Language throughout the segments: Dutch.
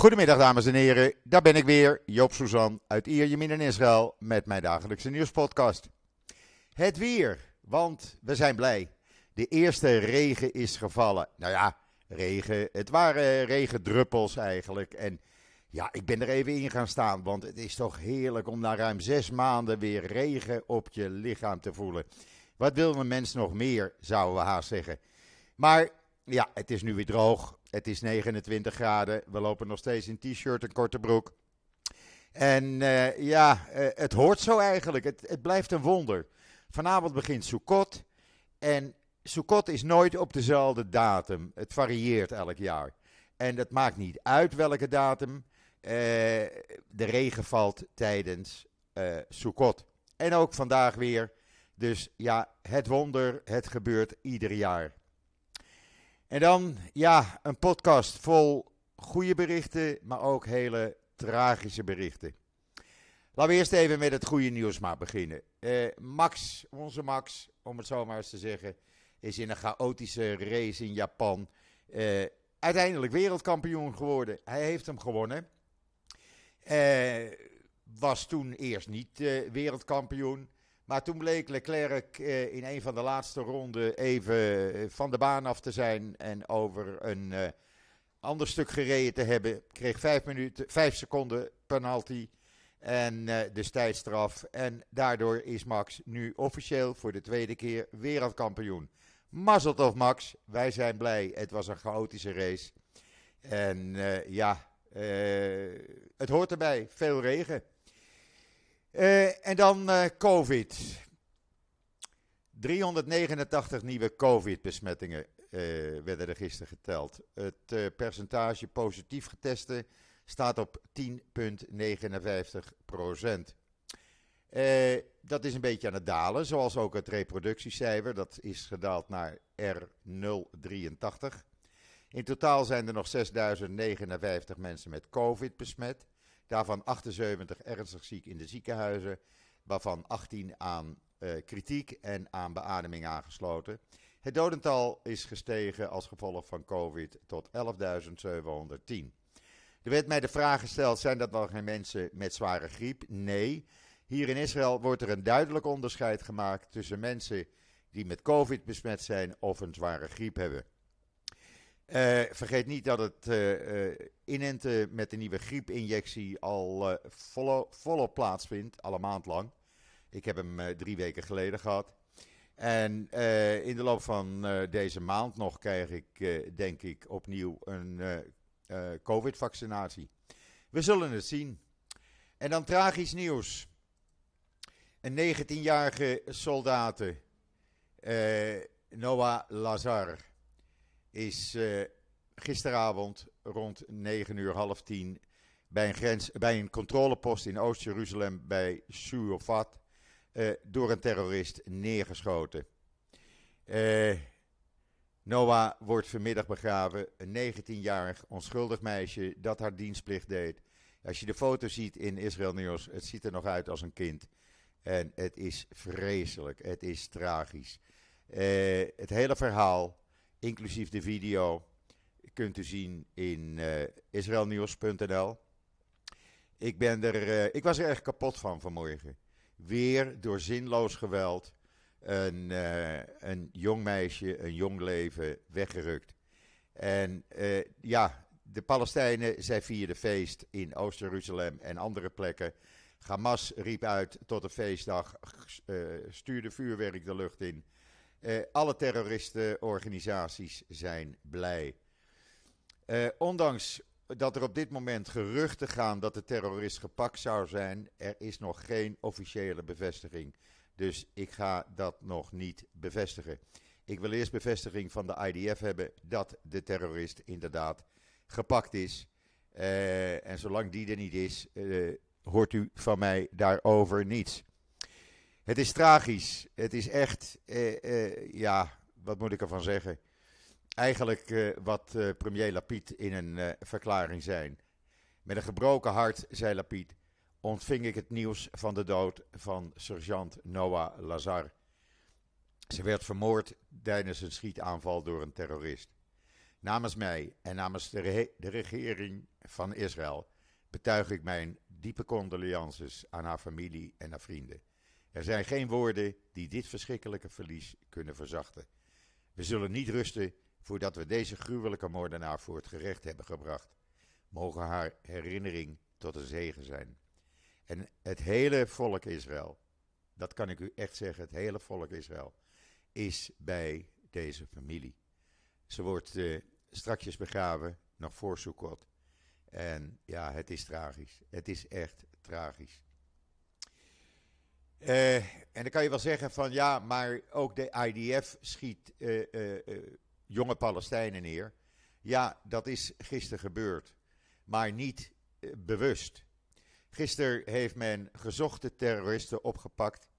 Goedemiddag dames en heren, daar ben ik weer, Joop Suzan uit Ierjemien in Israël met mijn dagelijkse nieuwspodcast. Het weer, want we zijn blij. De eerste regen is gevallen. Nou ja, regen, het waren regendruppels eigenlijk. En ja, ik ben er even in gaan staan, want het is toch heerlijk om na ruim 6 maanden weer regen op je lichaam te voelen. Wat wil een mens nog meer, zouden we haast zeggen. Maar ja, het is nu weer droog. Het is 29 graden. We lopen nog steeds in t-shirt en korte broek. En het hoort zo eigenlijk. Het blijft een wonder. Vanavond begint Sukkot. En Sukkot is nooit op dezelfde datum. Het varieert elk jaar. En het maakt niet uit welke datum. De regen valt tijdens Sukkot. En ook vandaag weer. Dus ja, het wonder, het gebeurt ieder jaar. En dan, ja, een podcast vol goede berichten, maar ook hele tragische berichten. Laten we eerst even met het goede nieuws maar beginnen. Max, onze Max, om het zo maar eens te zeggen, is in een chaotische race in Japan uiteindelijk wereldkampioen geworden. Hij heeft hem gewonnen. Was toen eerst niet wereldkampioen. Maar toen bleek Leclerc in een van de laatste ronden even van de baan af te zijn en over een ander stuk gereden te hebben. Kreeg 5 seconden penalty en dus tijdstraf. En daardoor is Max nu officieel voor de tweede keer wereldkampioen. Mazzel tov Max, wij zijn blij. Het was een chaotische race. En het hoort erbij, veel regen. En dan COVID. 389 nieuwe COVID-besmettingen werden er gisteren geteld. Het percentage positief getesten staat op 10,59%. Dat is een beetje aan het dalen, zoals ook het reproductiecijfer. Dat is gedaald naar R083. In totaal zijn er nog 6.059 mensen met COVID besmet. Daarvan 78 ernstig ziek in de ziekenhuizen, waarvan 18 aan kritiek en aan beademing aangesloten. Het dodental is gestegen als gevolg van COVID tot 11.710. Er werd mij de vraag gesteld, zijn dat nog geen mensen met zware griep? Nee. Hier in Israël wordt er een duidelijk onderscheid gemaakt tussen mensen die met COVID besmet zijn of een zware griep hebben. Vergeet niet dat het inenten met de nieuwe griepinjectie al volop plaatsvindt, al een maand lang. Ik heb hem 3 weken geleden gehad. En in de loop van deze maand nog krijg ik, denk ik, opnieuw een COVID-vaccinatie. We zullen het zien. En dan tragisch nieuws. Een 19-jarige soldaat, Noah Lazar, is gisteravond rond 9:30 bij een controlepost in Oost-Jeruzalem bij Shuafat door een terrorist neergeschoten. Noah wordt vanmiddag begraven, een 19-jarig onschuldig meisje dat haar dienstplicht deed. Als je de foto ziet in Israël Nieuws, het ziet er nog uit als een kind. En het is vreselijk, het is tragisch. Het hele verhaal, inclusief de video, kunt u zien in israelnieuws.nl. Ik was er echt kapot van vanmorgen. Weer door zinloos geweld een jong meisje, een jong leven weggerukt. En de Palestijnen, zij vierden feest in Oost-Jeruzalem en andere plekken. Hamas riep uit tot een feestdag, stuurde vuurwerk de lucht in. Alle terroristenorganisaties zijn blij. Ondanks dat er op dit moment geruchten gaan dat de terrorist gepakt zou zijn, er is nog geen officiële bevestiging. Dus ik ga dat nog niet bevestigen. Ik wil eerst bevestiging van de IDF hebben dat de terrorist inderdaad gepakt is. En zolang die er niet is, hoort u van mij daarover niets. Het is tragisch. Het is echt, wat moet ik ervan zeggen? Eigenlijk wat premier Lapid in een verklaring zei. Met een gebroken hart, zei Lapid, ontving ik het nieuws van de dood van sergeant Noah Lazar. Ze werd vermoord tijdens een schietaanval door een terrorist. Namens mij en namens de regering van Israël betuig ik mijn diepe condolences aan haar familie en haar vrienden. Er zijn geen woorden die dit verschrikkelijke verlies kunnen verzachten. We zullen niet rusten voordat we deze gruwelijke moordenaar voor het gerecht hebben gebracht. Mogen haar herinnering tot een zegen zijn. En het hele volk Israël, dat kan ik u echt zeggen, het hele volk Israël is bij deze familie. Ze wordt strakjes begraven, nog voor Sukkot. En ja, het is tragisch. Het is echt tragisch. En dan kan je wel zeggen van ja, maar ook de IDF schiet jonge Palestijnen neer. Ja, dat is gisteren gebeurd, maar niet bewust. Gisteren heeft men gezochte terroristen opgepakt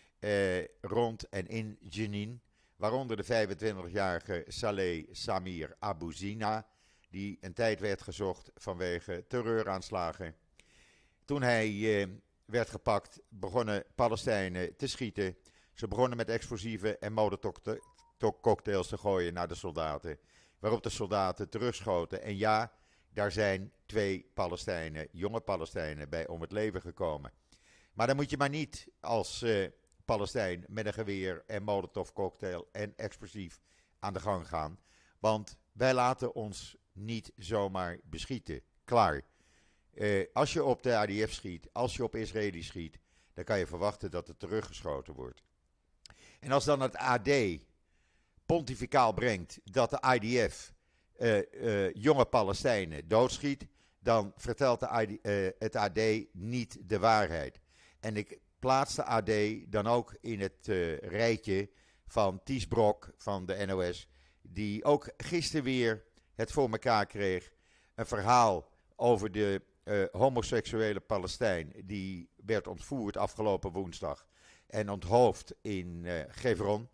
rond en in Jenin, waaronder de 25-jarige Saleh Samir Abu Zina, die een tijd werd gezocht vanwege terreuraanslagen. Toen hij werd gepakt, begonnen Palestijnen te schieten. Ze begonnen met explosieven en molotovcocktails te gooien naar de soldaten, waarop de soldaten terugschoten. En ja, daar zijn 2 Palestijnen, jonge Palestijnen, bij om het leven gekomen. Maar dan moet je maar niet als Palestijn met een geweer en molotovcocktail en explosief aan de gang gaan. Want wij laten ons niet zomaar beschieten. Klaar. Als je op de IDF schiet, als je op Israëli schiet, dan kan je verwachten dat er teruggeschoten wordt. En als dan het AD pontificaal brengt dat de IDF jonge Palestijnen doodschiet, dan vertelt het AD niet de waarheid. En ik plaats de AD dan ook in het rijtje van Ties Brok van de NOS, die ook gisteren weer het voor elkaar kreeg. Een verhaal over de homoseksuele Palestijn, die werd ontvoerd afgelopen woensdag en onthoofd in Hebron.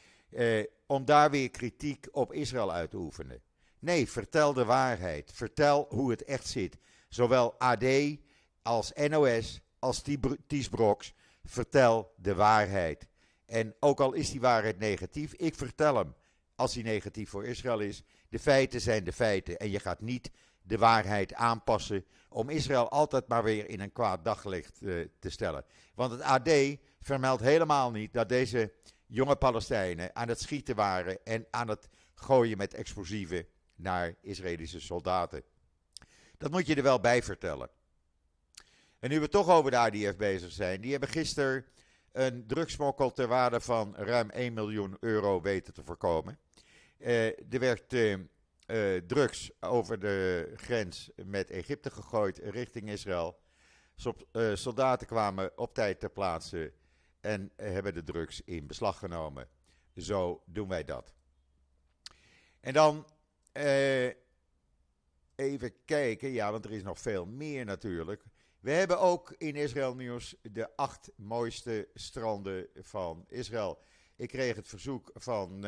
Om daar weer kritiek op Israël uit te oefenen. Nee, vertel de waarheid. Vertel hoe het echt zit. Zowel AD als NOS als Ties Broks. Vertel de waarheid. En ook al is die waarheid negatief, ik vertel hem. Als die negatief voor Israël is. De feiten zijn de feiten. En je gaat niet de waarheid aanpassen om Israël altijd maar weer in een kwaad daglicht te stellen. Want het AD vermeldt helemaal niet dat deze jonge Palestijnen aan het schieten waren en aan het gooien met explosieven naar Israëlische soldaten. Dat moet je er wel bij vertellen. En nu we toch over de IDF bezig zijn, die hebben gisteren een drugsmokkel ter waarde van ruim 1 miljoen euro weten te voorkomen. Er werd drugs over de grens met Egypte gegooid richting Israël. Soldaten kwamen op tijd ter plaatse en hebben de drugs in beslag genomen. Zo doen wij dat. En dan even kijken, ja, want er is nog veel meer natuurlijk. We hebben ook in Israël Nieuws de 8 mooiste stranden van Israël. Ik kreeg het verzoek van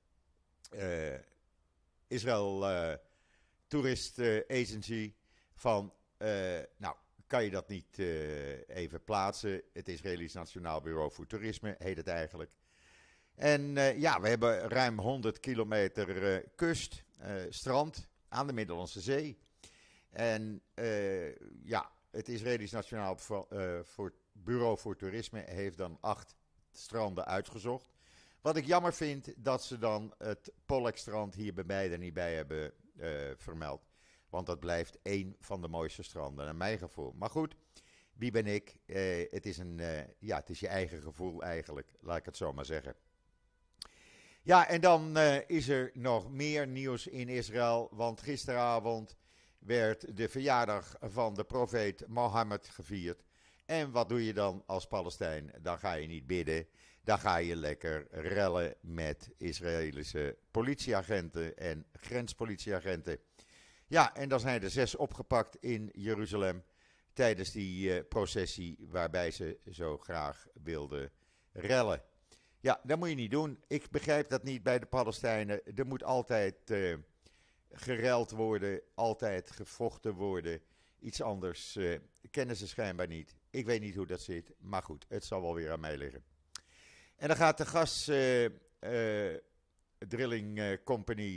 Israël Tourist Agency van, nou, kan je dat niet even plaatsen? Het Israëlisch Nationaal Bureau voor Toerisme heet het eigenlijk. En ja, we hebben ruim 100 kilometer kust, strand aan de Middellandse Zee. En ja, het Israëlisch Nationaal Bureau voor Toerisme heeft dan 8 stranden uitgezocht. Wat ik jammer vind, dat ze dan het Pollekstrand hier bij mij er niet bij hebben vermeld. Want dat blijft één van de mooiste stranden, naar mijn gevoel. Maar goed, wie ben ik? Het is je eigen gevoel eigenlijk, laat ik het zo maar zeggen. Ja, en dan is er nog meer nieuws in Israël, want gisteravond werd de verjaardag van de profeet Mohammed gevierd. En wat doe je dan als Palestijn? Dan ga je niet bidden, dan ga je lekker rellen met Israëlische politieagenten en grenspolitieagenten. Ja, en dan zijn er 6 opgepakt in Jeruzalem tijdens die processie waarbij ze zo graag wilden rellen. Ja, dat moet je niet doen. Ik begrijp dat niet bij de Palestijnen. Er moet altijd gereld worden, altijd gevochten worden. Iets anders kennen ze schijnbaar niet. Ik weet niet hoe dat zit, maar goed, het zal wel weer aan mij liggen. En dan gaat de gas drilling company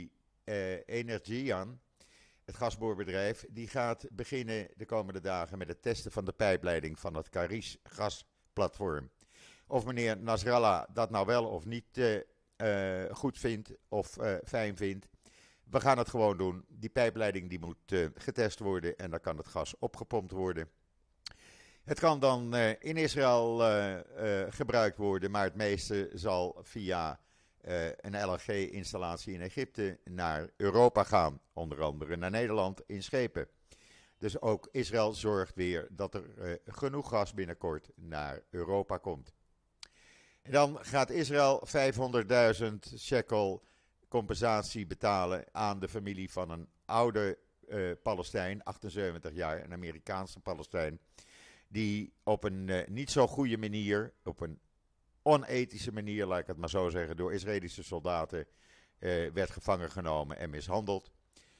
Energian, het gasboorbedrijf, die gaat beginnen de komende dagen met het testen van de pijpleiding van het Karish gasplatform. Of meneer Nasrallah dat nou wel of niet goed vindt of fijn vindt. We gaan het gewoon doen. Die pijpleiding die moet getest worden en dan kan het gas opgepompt worden. Het kan dan in Israël gebruikt worden, maar het meeste zal via een LNG-installatie in Egypte naar Europa gaan. Onder andere naar Nederland in schepen. Dus ook Israël zorgt weer dat er genoeg gas binnenkort naar Europa komt. En dan gaat Israël 500.000 shekel compensatie betalen aan de familie van een oude Palestijn, 78 jaar, een Amerikaanse Palestijn, die op een niet zo goede manier, op een onethische manier, laat ik het maar zo zeggen, door Israëlische soldaten werd gevangen genomen en mishandeld.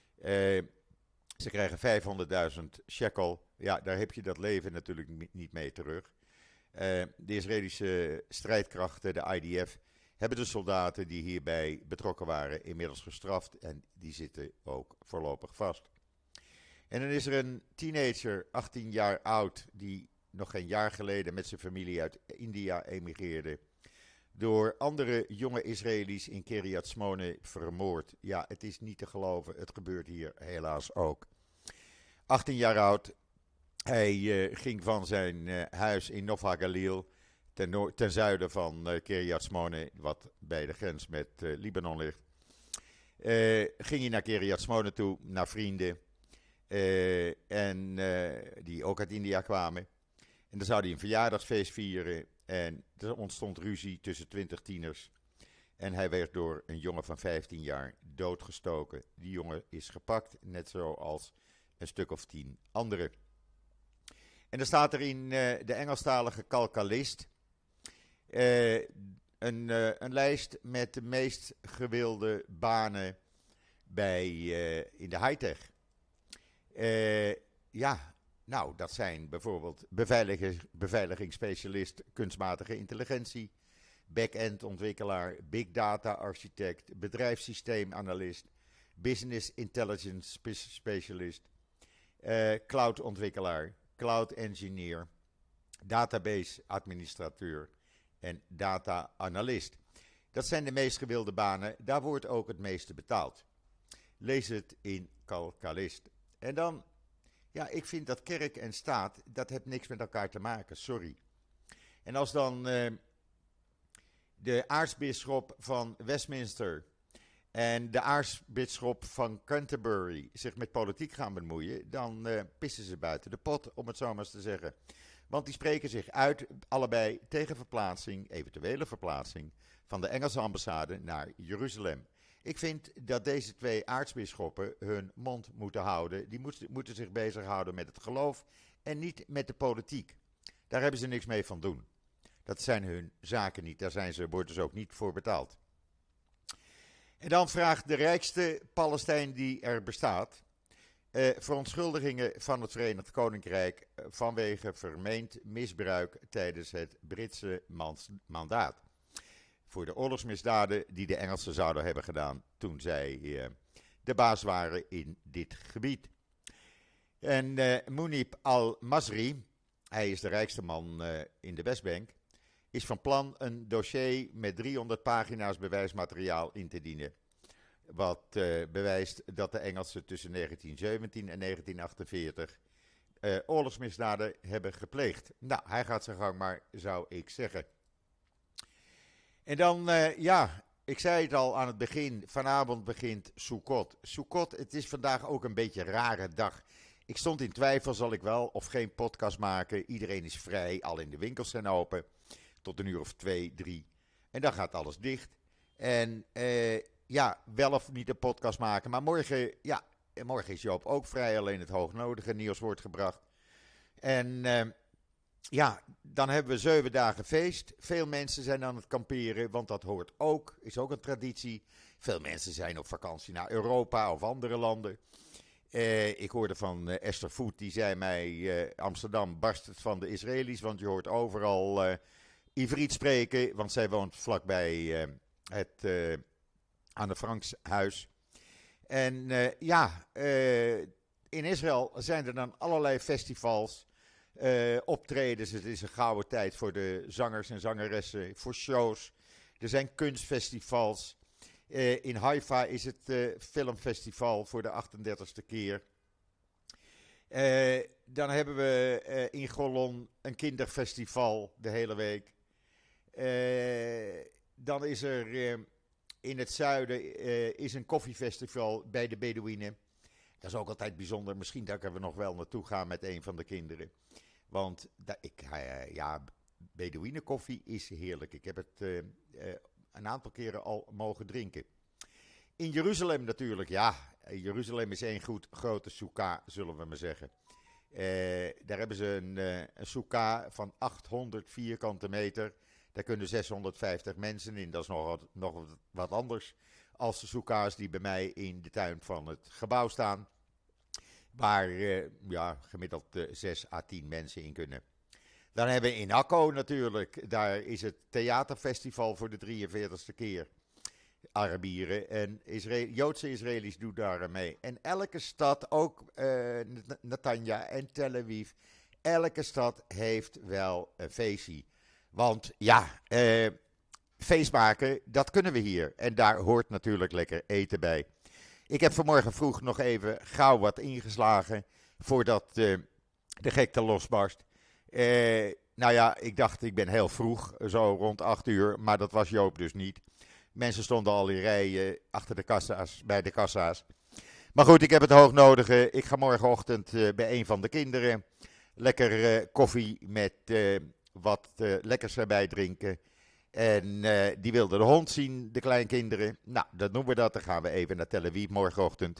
Ze krijgen 500.000 shekel. Ja, daar heb je dat leven natuurlijk niet mee terug. De Israëlische strijdkrachten, de IDF, hebben de soldaten die hierbij betrokken waren inmiddels gestraft en die zitten ook voorlopig vast. En dan is er een teenager, 18 jaar oud, die nog geen jaar geleden met zijn familie uit India emigreerde, door andere jonge Israëli's in Kiryat Shmone vermoord. Ja, het is niet te geloven, het gebeurt hier helaas ook. 18 jaar oud, hij ging van zijn huis in Nov HaGalil, ten zuiden van Kiryat Shmone, wat bij de grens met Libanon ligt. Ging hij naar Kiryat Shmone toe, naar vrienden, die ook uit India kwamen. En dan zou hij een verjaardagsfeest vieren en er ontstond ruzie tussen 20 tieners. En hij werd door een jongen van 15 jaar doodgestoken. Die jongen is gepakt, net zoals een stuk of 10 anderen. En dan staat er in de Engelstalige Calcalist een lijst met de meest gewilde banen in de high-tech. Nou, dat zijn bijvoorbeeld beveiligingsspecialist kunstmatige intelligentie, back-end ontwikkelaar, big data architect, bedrijfssysteemanalist, business intelligence specialist, cloud ontwikkelaar, cloud engineer, database administrateur en data analyst. Dat zijn de meest gewilde banen, daar wordt ook het meeste betaald. Lees het in Calcalist. En dan, ja, ik vind dat kerk en staat, dat heeft niks met elkaar te maken, sorry. En als dan de aartsbisschop van Westminster en de aartsbisschop van Canterbury zich met politiek gaan bemoeien, dan pissen ze buiten de pot, om het zo maar eens te zeggen. Want die spreken zich uit, allebei tegen verplaatsing, eventuele verplaatsing, van de Engelse ambassade naar Jeruzalem. Ik vind dat deze twee aartsbisschoppen hun mond moeten houden. Die moeten zich bezighouden met het geloof en niet met de politiek. Daar hebben ze niks mee van doen. Dat zijn hun zaken niet, daar worden ze ook niet voor betaald. En dan vraagt de rijkste Palestijn die er bestaat verontschuldigingen van het Verenigd Koninkrijk vanwege vermeend misbruik tijdens het Britse mandaat. Voor de oorlogsmisdaden die de Engelsen zouden hebben gedaan toen zij de baas waren in dit gebied. En Munib al-Masri, hij is de rijkste man in de Westbank, is van plan een dossier met 300 pagina's bewijsmateriaal in te dienen. Wat bewijst dat de Engelsen tussen 1917 en 1948 oorlogsmisdaden hebben gepleegd. Nou, hij gaat zijn gang maar, zou ik zeggen. En dan, ik zei het al aan het begin, vanavond begint Sukkot. Sukkot, het is vandaag ook een beetje een rare dag. Ik stond in twijfel, zal ik wel of geen podcast maken. Iedereen is vrij, al in de winkels zijn open, tot een uur of 2, 3. En dan gaat alles dicht. En wel of niet een podcast maken. Maar morgen is Joop ook vrij, alleen het hoognodige nieuws wordt gebracht. En dan hebben we 7 dagen feest. Veel mensen zijn aan het kamperen, want dat hoort ook, is ook een traditie. Veel mensen zijn op vakantie naar Europa of andere landen. Ik hoorde van Esther Voet, die zei mij, Amsterdam barst het van de Israëli's, want je hoort overal Ivriet spreken, want zij woont vlakbij het Anne Franks huis. En in Israël zijn er dan allerlei festivals, optredens. Het is een gouden tijd voor de zangers en zangeressen, voor shows. Er zijn kunstfestivals. In Haifa is het filmfestival voor de 38e keer. Dan hebben we in Golon een kinderfestival de hele week. Dan is er in het zuiden is een koffiefestival bij de Bedouinen. Dat is ook altijd bijzonder. Misschien dat ik er nog wel naartoe ga met een van de kinderen. Want Bedouinenkoffie is heerlijk. Ik heb het een aantal keren al mogen drinken. In Jeruzalem natuurlijk, ja. Jeruzalem is één grote soeka, zullen we maar zeggen. Daar hebben ze een soeka van 800 vierkante meter. Daar kunnen 650 mensen in. Dat is nog wat anders als de soeka's die bij mij in de tuin van het gebouw staan. Waar gemiddeld 6 à 10 mensen in kunnen. Dan hebben we in Akko natuurlijk, daar is het theaterfestival voor de 43ste keer. Arabieren en Joodse Israëli's doen daar mee. En elke stad, ook Netanya en Tel Aviv, elke stad heeft wel een feestje. Want feest maken, dat kunnen we hier. En daar hoort natuurlijk lekker eten bij. Ik heb vanmorgen vroeg nog even gauw wat ingeslagen voordat de gekte losbarst. Ik dacht, ik ben heel vroeg, zo rond 8 uur, maar dat was Joop dus niet. Mensen stonden al in rijen achter de kassa's, bij de kassa's. Maar goed, ik heb het hoognodige. Ik ga morgenochtend bij een van de kinderen lekker koffie met wat lekkers erbij drinken. En die wilde de hond zien, de kleinkinderen. Nou, dat noemen we dat. Dan gaan we even naar Tel Aviv morgenochtend.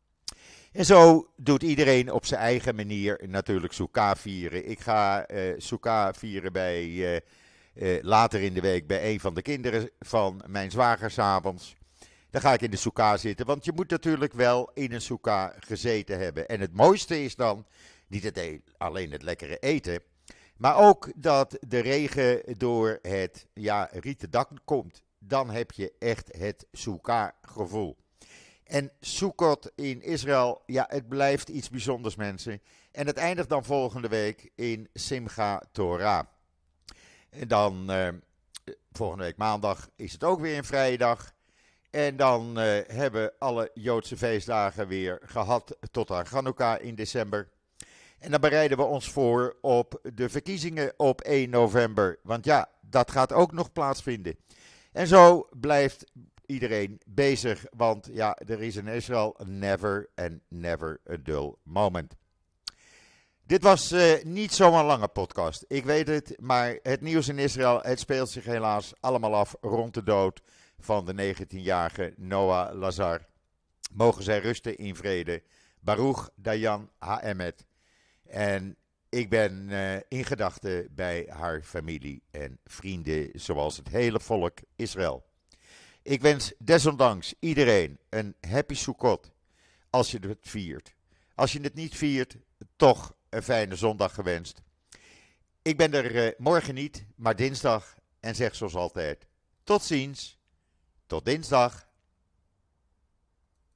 En zo doet iedereen op zijn eigen manier natuurlijk Sukkah vieren. Ik ga Sukkah vieren bij... later in de week bij een van de kinderen van mijn zwager 's avonds. Dan ga ik in de soeka zitten, want je moet natuurlijk wel in een soeka gezeten hebben. En het mooiste is dan, niet alleen het lekkere eten, maar ook dat de regen door het rieten dak komt. Dan heb je echt het soeka gevoel. En Sukkot in Israël, het blijft iets bijzonders, mensen. En het eindigt dan volgende week in Simcha Torah. En dan volgende week maandag is het ook weer een vrije dag. En dan hebben alle Joodse feestdagen weer gehad tot aan Chanukka in december. En dan bereiden we ons voor op de verkiezingen op 1 november. Want dat gaat ook nog plaatsvinden. En zo blijft iedereen bezig. Want er is in Israël never and never a dull moment. Dit was niet zo'n lange podcast. Ik weet het, maar het nieuws in Israël, het speelt zich helaas allemaal af rond de dood van de 19-jarige Noah Lazar. Mogen zij rusten in vrede. Baruch Dayan Haemet. En ik ben in gedachten bij haar familie en vrienden, zoals het hele volk Israël. Ik wens desondanks iedereen een happy Sukkot als je het viert. Als je het niet viert, toch een fijne zondag gewenst. Ik ben er morgen niet, maar dinsdag en zeg zoals altijd, tot ziens, tot dinsdag.